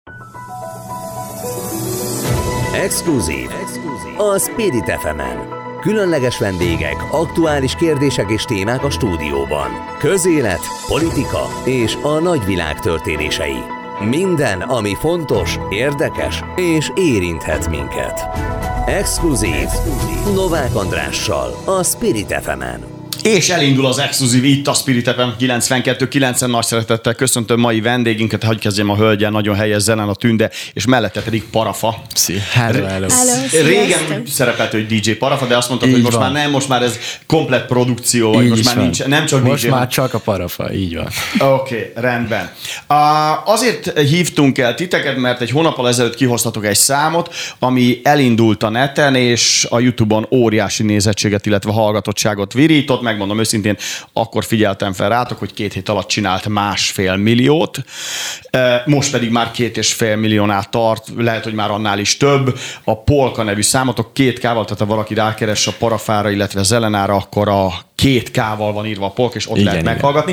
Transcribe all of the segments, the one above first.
Exkluzív. A Spirit FM-en. Különleges vendégek, aktuális kérdések és témák a stúdióban. Közélet, politika és a nagyvilág történései. Minden, ami fontos, érdekes és érinthet minket. Exkluzív. Novák Andrással, a Spirit FM-en. És elindul az Exkluzív itt a Spirit FM 92.9-en. Nagy szeretettel köszöntöm mai vendégünket. Hagyj kezdjem a hölgyel, nagyon helyes Zelen a Tünde, és mellette pedig Parafa. Hello. Régen szerepelt, hogy DJ Parafa, de azt mondtad, hogy most már nem, most már ez komplett produkció, vagy most már nincs, nem csak most DJ. Most már csak a Parafa, így van. Oké, rendben. Azért hívtunk el titeket, mert egy hónappal ezelőtt kihoztatok egy számot, ami elindult a neten, és a YouTube-on óriási nézettséget, illetve hallgatottságot virított. Megmondom őszintén, akkor figyeltem fel rátok, hogy 2 hét alatt csinált 1,5 milliót, most pedig már 2,5 milliónál tart, lehet, hogy már annál is több. A Polka nevű számotok 2 K-val, tehát ha valaki rákeres a Parafára, illetve Zelenára, akkor a 2 K-val van írva a Polka, és ott igen, lehet meghallgatni.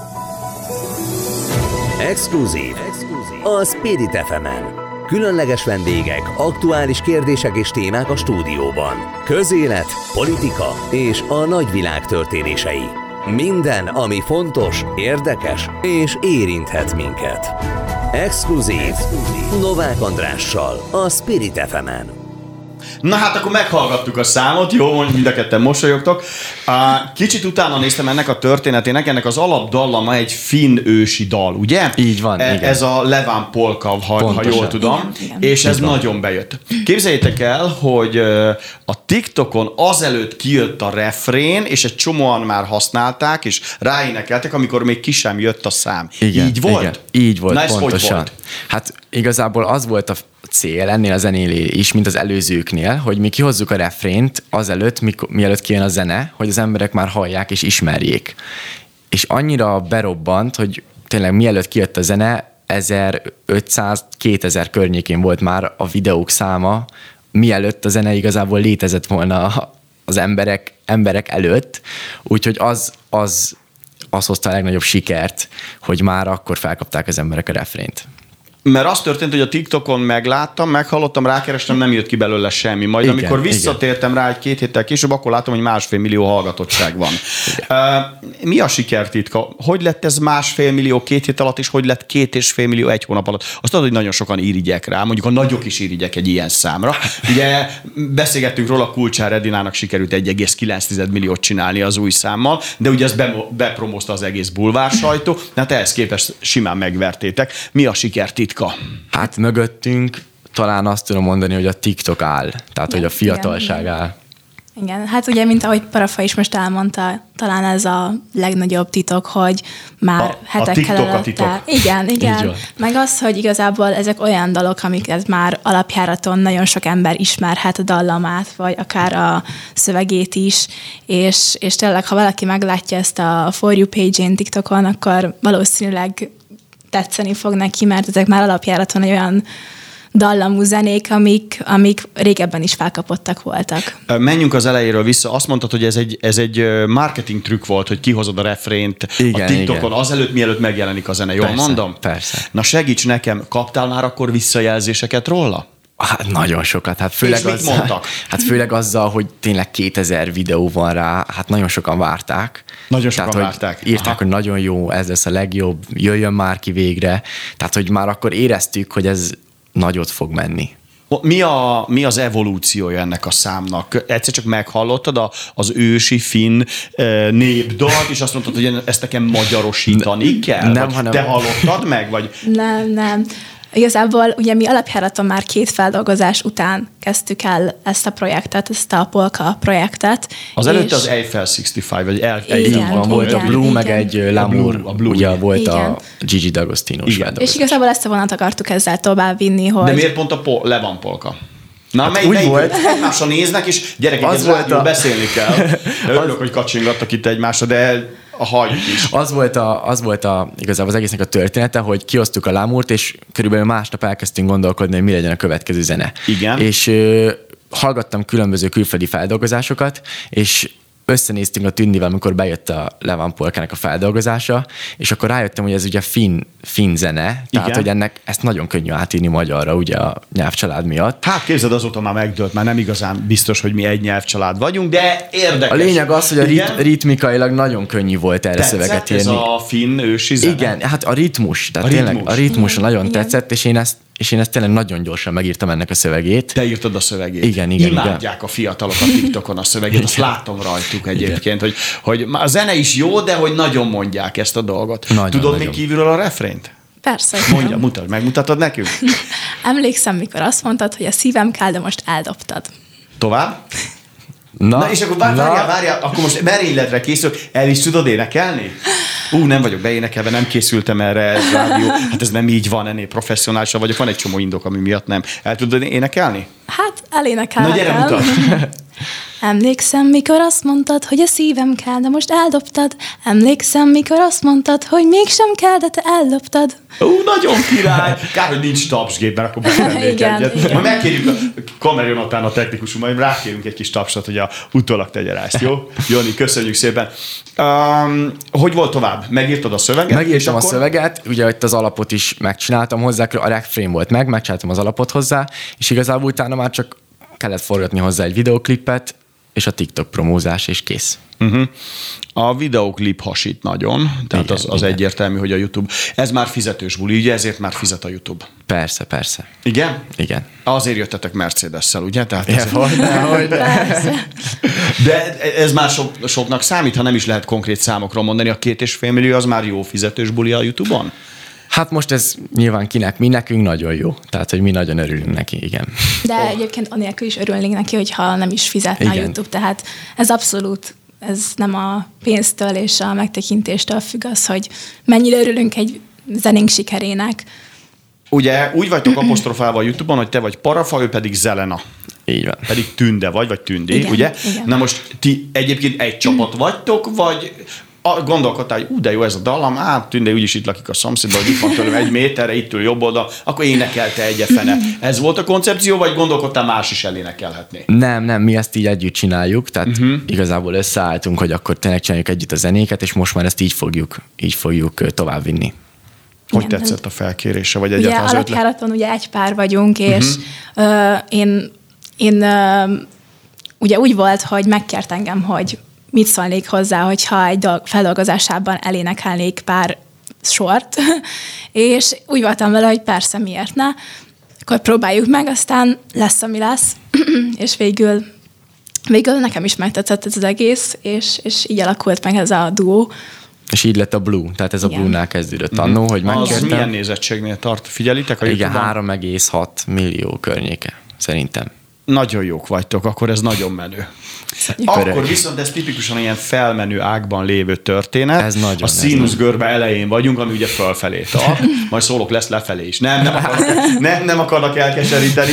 Exkluzív. A Spirit FM-en. Különleges vendégek, aktuális kérdések és témák a stúdióban. Közélet, politika és a nagyvilág történései. Minden, ami fontos, érdekes és érinthet minket. Exkluzív. Novák Andrással, a Spirit FM-en. Na hát akkor meghallgattuk a számot, jó, mind a ketten mosolyogtok. Kicsit utána néztem ennek a történetének, ennek az alapdallama egy finn ősi dal, ugye? Így van, igen. Ez a Leván Polka, ha jól tudom, igen. És ez nagyon bejött. Képzeljétek el, hogy a TikTokon azelőtt kijött a refrén, és egy csomóan már használták, és ráénekeltek, amikor még ki sem jött a szám. Igen, így volt? Igen, így volt, na, ez pontosan. hogy volt? Hát igazából az volt a cél ennél a zenénél is, mint az előzőknél, hogy mi kihozzuk a refrént azelőtt, mielőtt kijön a zene, hogy az emberek már hallják és ismerjék. És annyira berobbant, hogy tényleg mielőtt kijött a zene, 1500-2000 környékén volt már a videók száma, mielőtt a zene igazából létezett volna az emberek előtt. Úgyhogy az hozta a legnagyobb sikert, hogy már akkor felkapták az emberek a refrént. Mert az történt, hogy a TikTokon megláttam, meghallottam, rákerestem, nem jött ki belőle semmi. Majd igen, amikor visszatértem rá egy 2 héttel később, akkor látom, hogy 1,5 millió hallgatottság van. Mi a sikertitka? Hogy lett ez 1,5 millió 2 hét alatt, és hogy lett 2,5 millió 1 hónap alatt? Azt tudod, hogy nagyon sokan irigyek rá, mondjuk a nagyok is irigyek egy ilyen számra. Ugye beszélgettünk róla, Kulcsár Edinának sikerült 1,9 milliót csinálni az új számmal, de ugye ezt bepromózta az egész bulvár sajtó, hát ehhez képest simán megvertétek. Mi a sikertitka? Hát mögöttünk talán azt tudom mondani, hogy a TikTok áll, tehát hogy a fiatalság áll. Igen, hát ugye, mint ahogy Parafa is most elmondta, talán ez a legnagyobb titok, hogy már hetekkel előtte. Igen. Meg az, hogy igazából ezek olyan dalok, amiket már alapjáraton nagyon sok ember ismerhet a dallamát, vagy akár a szövegét is, és tényleg, ha valaki meglátja ezt a For You page-én TikTokon, akkor valószínűleg tetszeni fog neki, mert ezek már alapjáraton olyan dallamú zenék, amik régebben is felkapottak voltak. Menjünk az elejéről vissza. Azt mondtad, hogy ez egy marketing trükk volt, hogy kihozod a refrént a TikTokon azelőtt, mielőtt megjelenik a zene. Jól mondom? Persze. Na segíts nekem, kaptál már akkor visszajelzéseket róla? Hát nagyon sokat. Hát főleg azzal, hogy tényleg 2000 videó van rá, hát nagyon sokan várták. Nagyon sokan várták. Írták, hogy nagyon jó, ez lesz a legjobb, jöjjön már ki végre. Tehát, hogy már akkor éreztük, hogy ez nagyot fog menni. Mi az evolúciója ennek a számnak? Egyszer csak meghallottad az ősi finn népdalt, és azt mondtad, hogy ezt nekem magyarosítani kell? Nem, hanem... Te hallottad meg? Vagy... Nem. Igazából ugye mi alapjáraton már 2 feldolgozás után kezdtük el ezt a projektet, ezt a Polka projektet. Az előtt az Eiffel 65, vagy Eiffel volt a Blue, meg egy Lamour, ugye volt igen. A Gigi D'Agostino-s feldolgozás. És igazából ezt a vonat akartuk ezzel tovább vinni, hogy... De miért pont a Leván Polka? Na, hát melyik volt? Egymásra néznek, és gyerekek, ez rádió, beszélni kell. Örülök, hogy kacsingattak itt egymásra, de a halljuk is. Az volt igazából az egésznek a története, hogy kiosztuk a Lamourt, és körülbelül másnap elkezdtünk gondolkodni, hogy mi legyen a következő zene. Igen. És hallgattam különböző külföldi feldolgozásokat, és összenéztünk a Tündivel, amikor bejött a Levan polkának a feldolgozása, és akkor rájöttem, hogy ez ugye finn zene, tehát hogy ezt nagyon könnyű átírni magyarra, ugye a nyelvcsalád miatt. Hát képzeld, azóta már megdőlt, már nem igazán biztos, hogy mi egy nyelvcsalád vagyunk, de érdekes. A lényeg az, hogy a ritmikailag nagyon könnyű volt erre szöveget írni. Ez a finn ősi zene? Igen, hát a ritmus, tehát tényleg a ritmus nagyon tetszett, és én ezt tényleg nagyon gyorsan megírtam ennek a szövegét. Te írtad a szövegét. Igen. Imádják a fiatalok a TikTokon a szövegét, azt látom rajtuk egyébként, hogy a zene is jó, de hogy nagyon mondják ezt a dolgot. Tudod még kívülről a refrént? Persze. Mondja, megmutatod nekünk? Emlékszem, mikor azt mondtad, hogy a szívem kell, de most eldobtad. Tovább? Na és akkor várjál, akkor most merényletre készül, el is tudod énekelni? Nem vagyok beénekelve, nem készültem erre, ez rádió. Hát ez nem így van, ennél professzionálisabb vagyok, van egy csomó indok, ami miatt nem. El tudod énekelni? Hát elénekeltem. Na gyere, mutat! Emlékszem, mikor azt mondtad, hogy a szívem kell, de most eldobtad. Emlékszem, mikor azt mondtad, hogy mégsem kell, de te eldobtad. Nagyon király! Kár, hogy nincs tapsgép, mert akkor betennék egyet. Majd megkérjük a Kamer Jonatán a technikusunk, majd rákérünk egy kis tapsot, hogy utólag tegye rá ezt, jó? Joni, köszönjük szépen. Hogy volt tovább? Megírtad a szöveget? Megírtam a szöveget, ugye itt az alapot is megcsináltam hozzá, a refrén volt megcsináltam az alapot hozzá, és igazából utána már csak kellett forgatni hozzá egy videoklipet, és a TikTok promózás, és kész. A videoklip hasít nagyon, tehát igen, az egyértelmű, hogy a YouTube, ez már fizetős buli, ugye ezért már fizet a YouTube. Persze. Igen? Igen. Azért jöttetek Mercedes-szel, ugye? Tehát hogy De ez már soknak számít, ha nem is lehet konkrét számokról mondani, a 2,5 millió az már jó fizetős buli a YouTube-on? Hát most ez nyilván kinek, mi nekünk nagyon jó. Tehát, hogy mi nagyon örülünk neki, igen. De egyébként anélkül is örülnénk neki, hogyha nem is fizetne a YouTube. Tehát ez abszolút, ez nem a pénztől és a megtekintéstől függ az, hogy mennyire örülünk egy zenénk sikerének. Ugye úgy vagytok apostrofálva a YouTube-on, hogy te vagy Parafa, ő pedig Zelena. Így van. Pedig Tünde vagy Tündi, igen, ugye? Igen. Na most ti egyébként egy csapat vagytok, vagy gondolkodtál, hogy de jó ez a dallam, Tünde úgyis itt lakik a szomszédban, hogy itt van tőlem 1 méterre, itt ül jobb oldal, akkor énekelte egyefene. Ez volt a koncepció, vagy gondolkodtál más is elénekelhetné? Nem, mi ezt így együtt csináljuk, tehát igazából összeálltunk, hogy akkor tényleg csináljuk együtt a zenéket, és most már ezt így fogjuk továbbvinni. Hogy tetszett a felkérése, vagy egyáltalán az ötlet? Alapjáraton ugye egy pár vagyunk, és én ugye úgy volt, hogy megkért engem, hogy mit szólnék hozzá, hogyha egy feldolgozásában elénekelnék pár sort, és úgy voltam vele, hogy persze, miért ne, akkor próbáljuk meg, aztán lesz, ami lesz, és végül nekem is megtetszett ez az egész, és így alakult meg ez a duó. És így lett a Blue, tehát ez a Blue-nál kezdődött annó, hogy megkértem. Az milyen nézettségnél tart? Figyelitek a YouTube-on? Igen, 3,6 millió környéke, szerintem. Nagyon jók vagytok, akkor ez nagyon menő. Akkor viszont ez tipikusan ilyen felmenő ágban lévő történet. Ez nagyon, a színuszgörbe elején vagyunk, ami ugye fölfelé tart, majd szólok lesz lefelé is. Nem akarnak elkeseríteni.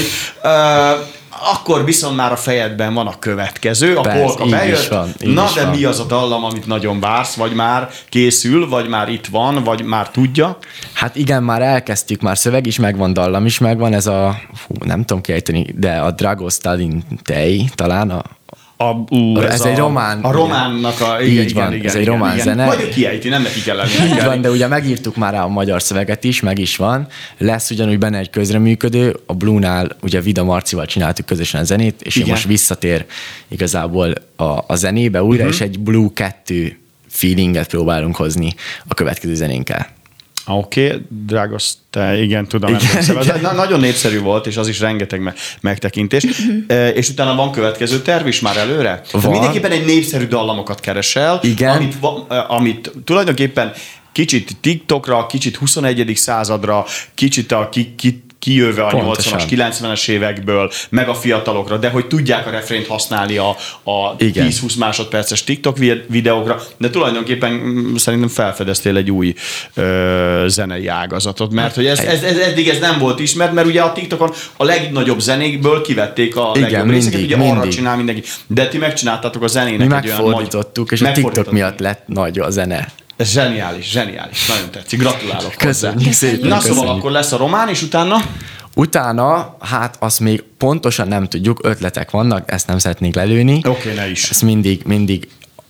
Akkor viszont már a fejedben van a következő, a polka bejött. De mi az a dallam, amit nagyon vársz, vagy már készül, vagy már itt van, vagy már tudja? Hát igen, már elkezdtük, már szöveg is megvan, dallam is megvan, ez nem tudom kiejteni, de a Dragostalin Tej talán ez egy román. A románnak igen, ez egy román zene. Vagy kiejti, nem neki kell lenni. Van, de ugye megírtuk már a magyar szöveget is, meg is van. Lesz ugyanúgy benne egy közreműködő, a Blue-nál ugye Vida Marcival csináltuk közösen a zenét, és most visszatér igazából a zenébe újra, és egy Blue 2 feelinget próbálunk hozni a következő zenénkkel. Oké, Dragos, te igen, tudom, emlékszem. Ez nagyon népszerű volt, és az is rengeteg megtekintés. És utána van következő terv is már előre? Mindenképpen egy népszerű dallamokat keresel, amit tulajdonképpen kicsit TikTokra, kicsit 21. századra, kicsit kijöve a 80-as, 90-es évekből, meg a fiatalokra, de hogy tudják a refrént használni a 10-20 másodperces TikTok videókra, de tulajdonképpen szerintem felfedeztél egy új zenei ágazatot, mert hogy eddig ez nem volt ismert, mert ugye a TikTokon a legnagyobb zenékből kivették a legjobb részeket, ugye arra csinál mindenki, de ti megcsináltátok a zenének mi egy olyan megfordítottuk, és a TikTok miatt lett nagy a zene. Ez zseniális, nagyon tetszik, gratulálok hozzá. Szépen, na szóval akkor lesz a román, és utána? Utána, hát azt még pontosan nem tudjuk, ötletek vannak, ezt nem szeretnénk lelőni. Oké, ne is. Ezt mindig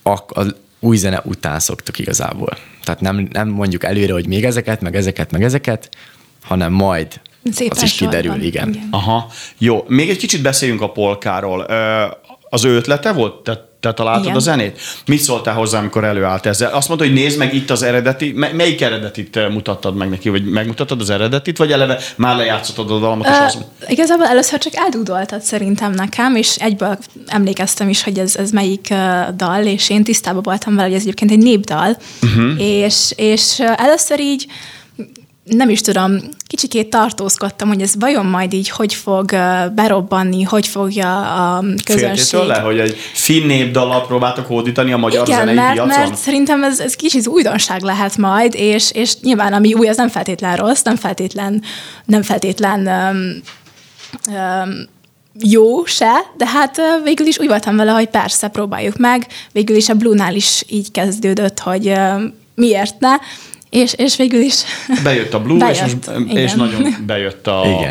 a új zene után szoktuk igazából. Tehát nem mondjuk előre, hogy még ezeket, meg ezeket, hanem majd szépen az is kiderül, igen. Aha, jó. Még egy kicsit beszéljünk a polkáról. Az ő ötlete volt? Te találtad a zenét? Mit szóltál hozzá, amikor előállt ezzel? Azt mondta, hogy nézd meg itt az eredeti. Melyik eredetit mutattad meg neki? Vagy megmutattad az eredetit? Vagy eleve már lejátszottad a dalmat? Igazából először csak eldúdoltad szerintem nekem, és egyből emlékeztem is, hogy ez melyik dal, és én tisztában voltam vele, hogy ez egyébként egy népdal. És először így nem is tudom, kicsikét tartózkodtam, hogy ez vajon majd így hogy fog berobbanni, hogy fogja a közönség. Féltél tőle, hogy egy finn népdallal próbáltak hódítani a magyar zenei piacon? Mert szerintem ez kicsit újdonság lehet majd, és nyilván ami új, az nem feltétlen rossz, nem feltétlen jó se, de hát végül is úgy voltam vele, hogy persze, próbáljuk meg. Végül is a Blue-nál is így kezdődött, hogy miért ne, és végül is bejött a Blue, és nagyon bejött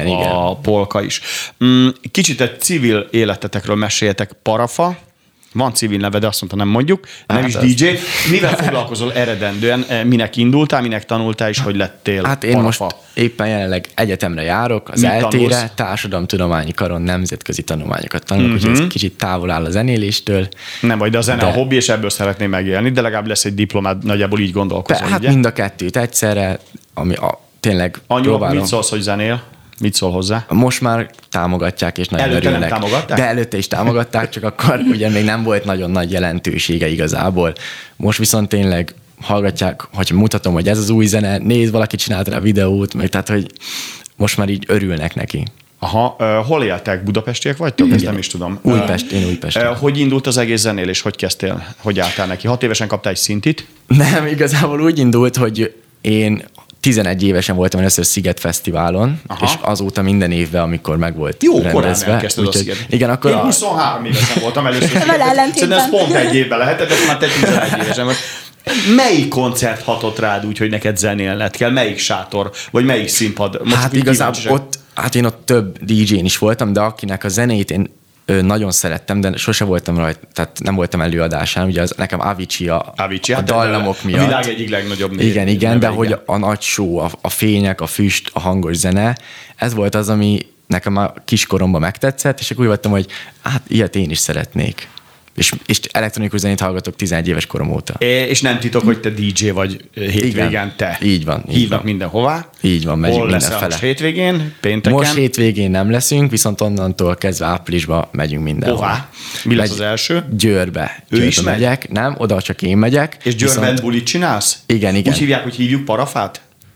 a polka is. Kicsit egy civil életetekről meséljetek. Parafa, van civil neve, de azt mondta, nem mondjuk, nem is DJ. Mivel foglalkozol eredendően? Minek indultál, minek tanultál, és hogy lettél Hát én parafa? most éppen jelenleg egyetemre járok, az ELTE-re, társadalomtudományi karon nemzetközi tanulmányokat tanulok, úgyhogy ez kicsit távol áll a zenéléstől. Nem baj, de a zene a hobbi, és ebből szeretném megélni, de legalább lesz egy diplomád, nagyjából így gondolkozol. Hát mind a kettőt egyszerre, ami tényleg próbálom. Mit szólsz, hogy zenél? Mit szól hozzá? Most már támogatják, és nagyon örülnek. Nem támogatták? De előtte is támogatták, csak akkor ugye még nem volt nagyon nagy jelentősége igazából. Most viszont tényleg hallgatják, hogy mutatom, hogy ez az új zene, nézd, valaki csinált rá videót, meg tehát, hogy most már így örülnek neki. Aha, hol éltek? Budapestiek vagytok? Ezt nem is tudom. Én Újpest. Hogy indult az egész zenélés? Hogy kezdtél? Hogy álltál neki? 6 évesen kaptál egy szintit? Nem, igazából úgy indult, hogy én 11 évesen voltam először Sziget Fesztiválon, és azóta minden évben, amikor meg volt rendezve. Jó korán elkezdted a Sziget. Igen, akkor én 23 évesen voltam először Sziget. Szerintem ez pont egy évben lehetett, de már te 11 évesen vagy. Melyik koncert hatott rád úgy, hogy neked zenélned kell? Melyik sátor? Vagy melyik színpad? Most hát igazából én ott több DJ-n is voltam, de akinek a zenét én nagyon szerettem, de sose voltam rajta, tehát nem voltam előadásán, ugye nekem Avicii a dallamok miatt. A világ egyik legnagyobb Igen, de hogy a nagy show, a fények, a füst, a hangos zene, ez volt az, ami nekem a kiskoromban megtetszett, és akkor úgy voltam, hogy hát ilyet én is szeretnék. És elektronikus zenét hallgatok 11 éves korom óta. És nem titok, hogy te DJ vagy hétvégén te. Így van. Hívnak mindenhová. Így van, megyünk mindenfele. Most hétvégén, pénteken? Most hétvégén nem leszünk, viszont onnantól kezdve áprilisba megyünk mindenhova. Hová? Mi lesz az első? Győrbe. Ő is megyek. Nem, oda csak én megyek. És Győrben bulit csinálsz? Igen. Úgy hívják, hogy hívjuk Parafát?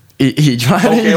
Így van. Oké,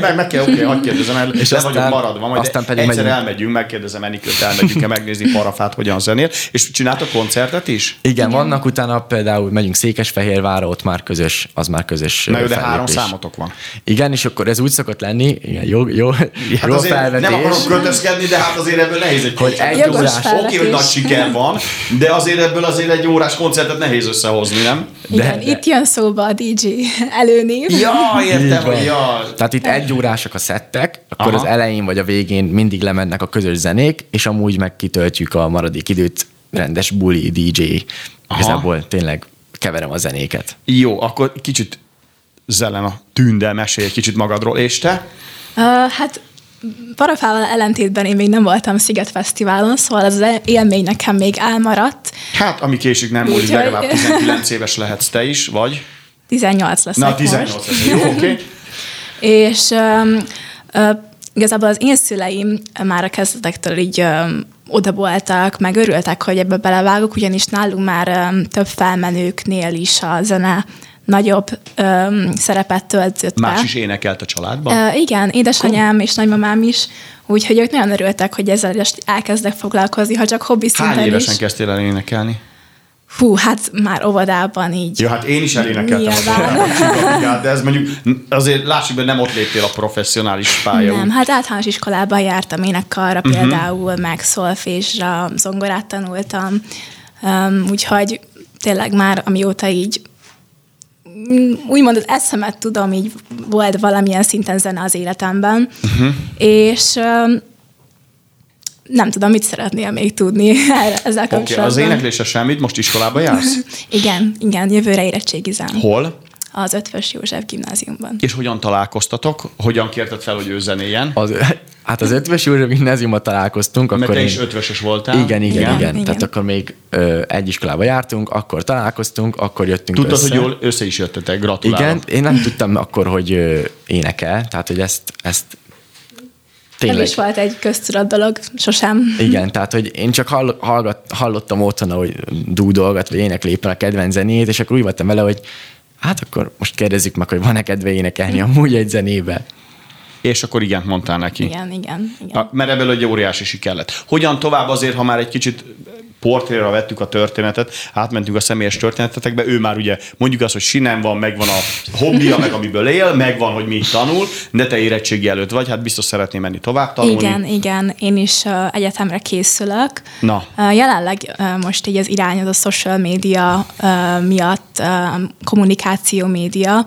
hadd kérdezem el, és vagyok maradva, majd egyszer elmegyünk, megkérdezem Enikőt, elmegyünk-e megnézni Parafát, hogyan zenél, és csináltok koncertet is? Igen, vannak utána például megyünk Székesfehérvárra, ott már közös, az már közös. Na jó, de 3 számotok van. Igen, és akkor ez úgy szokott lenni, igen, jó felvetés. Nem akarok kötözkedni, de hát azért ebből nehéz egy órás. Oké, hogy nagy siker van, de azért ebből egy órás koncertet nehéz összehozni, nem? Igen, itt jön szóba a DJ előnév. Ja, értem. Tehát itt 1 órásak a szettek, akkor az elején vagy a végén mindig lemennek a közös zenék, és amúgy meg kitöltjük a maradék időt rendes buli DJ. Igazából tényleg keverem a zenéket. Jó, akkor kicsit Zelena Tündel mesélj egy kicsit magadról, és te? Hát Parafával ellentétben én még nem voltam Sziget Fesztiválon, szóval az élmény nekem még elmaradt. Hát, ami késik nem múlik, legalább 19 éves lehetsz te is, vagy? 18 leszek. Na, 18 leszek. Jó, oké. És igazából az én szüleim már a kezdetektől így odaboltak, meg örültek, hogy ebbe belevágok, ugyanis nálunk már több felmenőknél is a zene nagyobb szerepet töltött be. Más is énekelt a családban? Igen, édesanyám és nagymamám is, úgyhogy ők nagyon örültek, hogy ezzel is elkezdek foglalkozni, ha csak hobbi szinten is. Hány évesen kezdtél el énekelni? Hú, hát már óvodában így. Ja, hát én is elénekeltem a de ez mondjuk azért lássuk, hogy nem ott léptél a professzionális pálya. Nem, hát általános iskolában jártam énekkarra például, meg szolfésra, zongorát tanultam, úgyhogy tényleg már amióta így úgymond az eszemet tudom, így volt valamilyen szinten zene az életemben, és nem tudom, mit szeretnél még tudni ezzel kapcsolatban. Okay, az éneklésre semmit, most iskolába jársz? igen, jövőre érettségizem. Hol? Az Eötvös József gimnáziumban. És hogyan találkoztatok? Hogyan kérted fel, hogy ő zenéljen? Hát az Eötvös József gimnáziumban találkoztunk. Mert te is ötvösös voltál. Igen. Tehát akkor még egy iskolába jártunk, akkor találkoztunk, akkor jöttünk Tudtad, össze. hogy jól össze is jöttetek, gratulálok. Igen, én nem tudtam akkor, hogy énekel, tehát hogy ezt tényleg. Ez is volt egy köztudat dolog, sosem. Igen, tehát hogy én csak hallottam otthon, hogy dúdolgat, vagy énekel éppen a kedvenc zenét, és akkor úgy voltam vele, hogy hát akkor most kérdezzük meg, hogy van-e kedve énekelni amúgy egy zenébe. És akkor igent mondtál neki. Igen. Mert ebből egy óriási siker lett. Hogyan tovább azért, ha már egy kicsit portréra vettük a történetet, átmentünk a személyes történetetekbe, ő már ugye mondjuk azt, hogy sinem van, megvan a hobbija, meg amiből él, megvan, hogy mit tanul, de te érettségi előtt vagy, hát biztos szeretném menni tovább tanulni. Igen, én is egyetemre készülök. Na. Jelenleg most így az irány az a social média miatt, kommunikáció média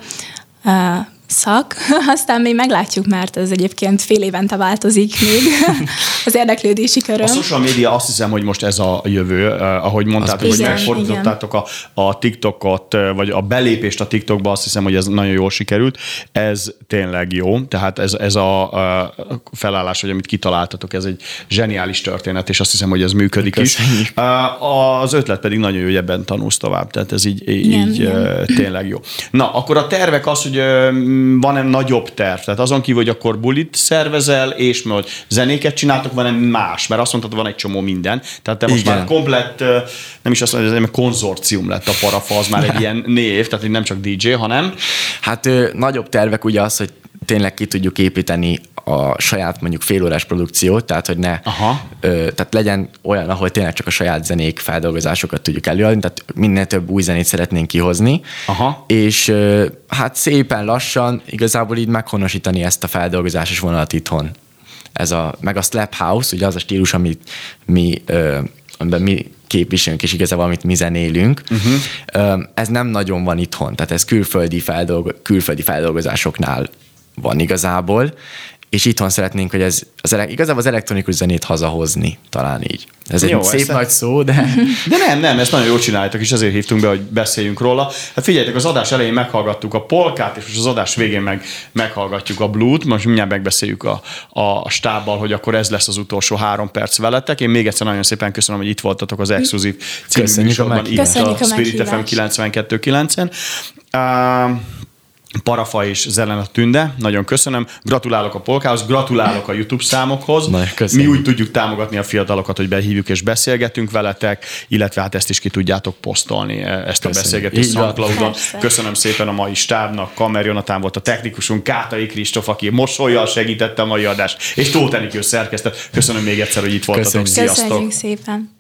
szak, aztán még meglátjuk, mert ez egyébként fél évente változik még az érdeklődési köröm. A social media, azt hiszem, hogy most ez a jövő, ahogy mondtátok, hogy megfordítottátok a TikTokot, vagy a belépést a TikTokba, azt hiszem, hogy ez nagyon jól sikerült. Ez tényleg jó, tehát ez a felállás, hogy amit kitaláltatok, ez egy zseniális történet, és azt hiszem, hogy ez működik Köszönjük. Is. Az ötlet pedig nagyon jó, hogy ebben tanulsz tovább, tehát ez így tényleg jó. Na, akkor a tervek az, hogy van-e nagyobb terv? Tehát azon kívül, hogy akkor bulit szervezel, és hogy zenéket csináltok, van-e más? Mert azt mondtad, van egy csomó minden. Tehát te most már komplett, nem is azt mondod, hogy ez egy konzorcium lett a Parafa, az már egy ilyen név, tehát nem csak DJ, hanem... Hát nagyobb tervek ugye az, hogy tényleg ki tudjuk építeni a saját mondjuk félórás produkciót, tehát hogy ne, tehát legyen olyan, ahol tényleg csak a saját zenék, feldolgozásokat tudjuk előadni, tehát minél több új zenét szeretnénk kihozni, és hát szépen lassan igazából így meghonosítani ezt a feldolgozásos vonalat itthon. Meg a Slap House, ugye az a stílus, amit amiben mi képviselünk, és igazából amit mi zenélünk, ez nem nagyon van itthon, tehát ez külföldi feldolgozásoknál van igazából, és itthon szeretnénk, hogy igazából az elektronikus zenét hazahozni, talán így. Ez egy szép nagy szó, de... De nem, ezt nagyon jól csináljátok, és ezért hívtunk be, hogy beszéljünk róla. Hát figyeljetek, az adás elején meghallgattuk a polkát, és most az adás végén meghallgatjuk a blues-t. Most mindjárt megbeszéljük a stábbal, hogy akkor ez lesz az utolsó 3 perc veletek. Én még egyszer nagyon szépen köszönöm, hogy itt voltatok az Exkluzív című műsorban, itt a Spirit FM 92.9-en. Parafa és Zelen a Tünde, nagyon köszönöm. Gratulálok a polkához, gratulálok a YouTube számokhoz. Mi úgy tudjuk támogatni a fiatalokat, hogy behívjuk és beszélgetünk veletek, illetve hát ezt is ki tudjátok posztolni, ezt a beszélgetést SoundCloudon. Köszönöm szépen a mai stábnak, Kammer Jonatán volt a technikusunk, Kátai Kristóf, aki mosollyal segítette a mai adást, és Tóth Enikő szerkesztett. Köszönöm még egyszer, hogy itt voltatok. Sziasztok! Köszönjük szépen!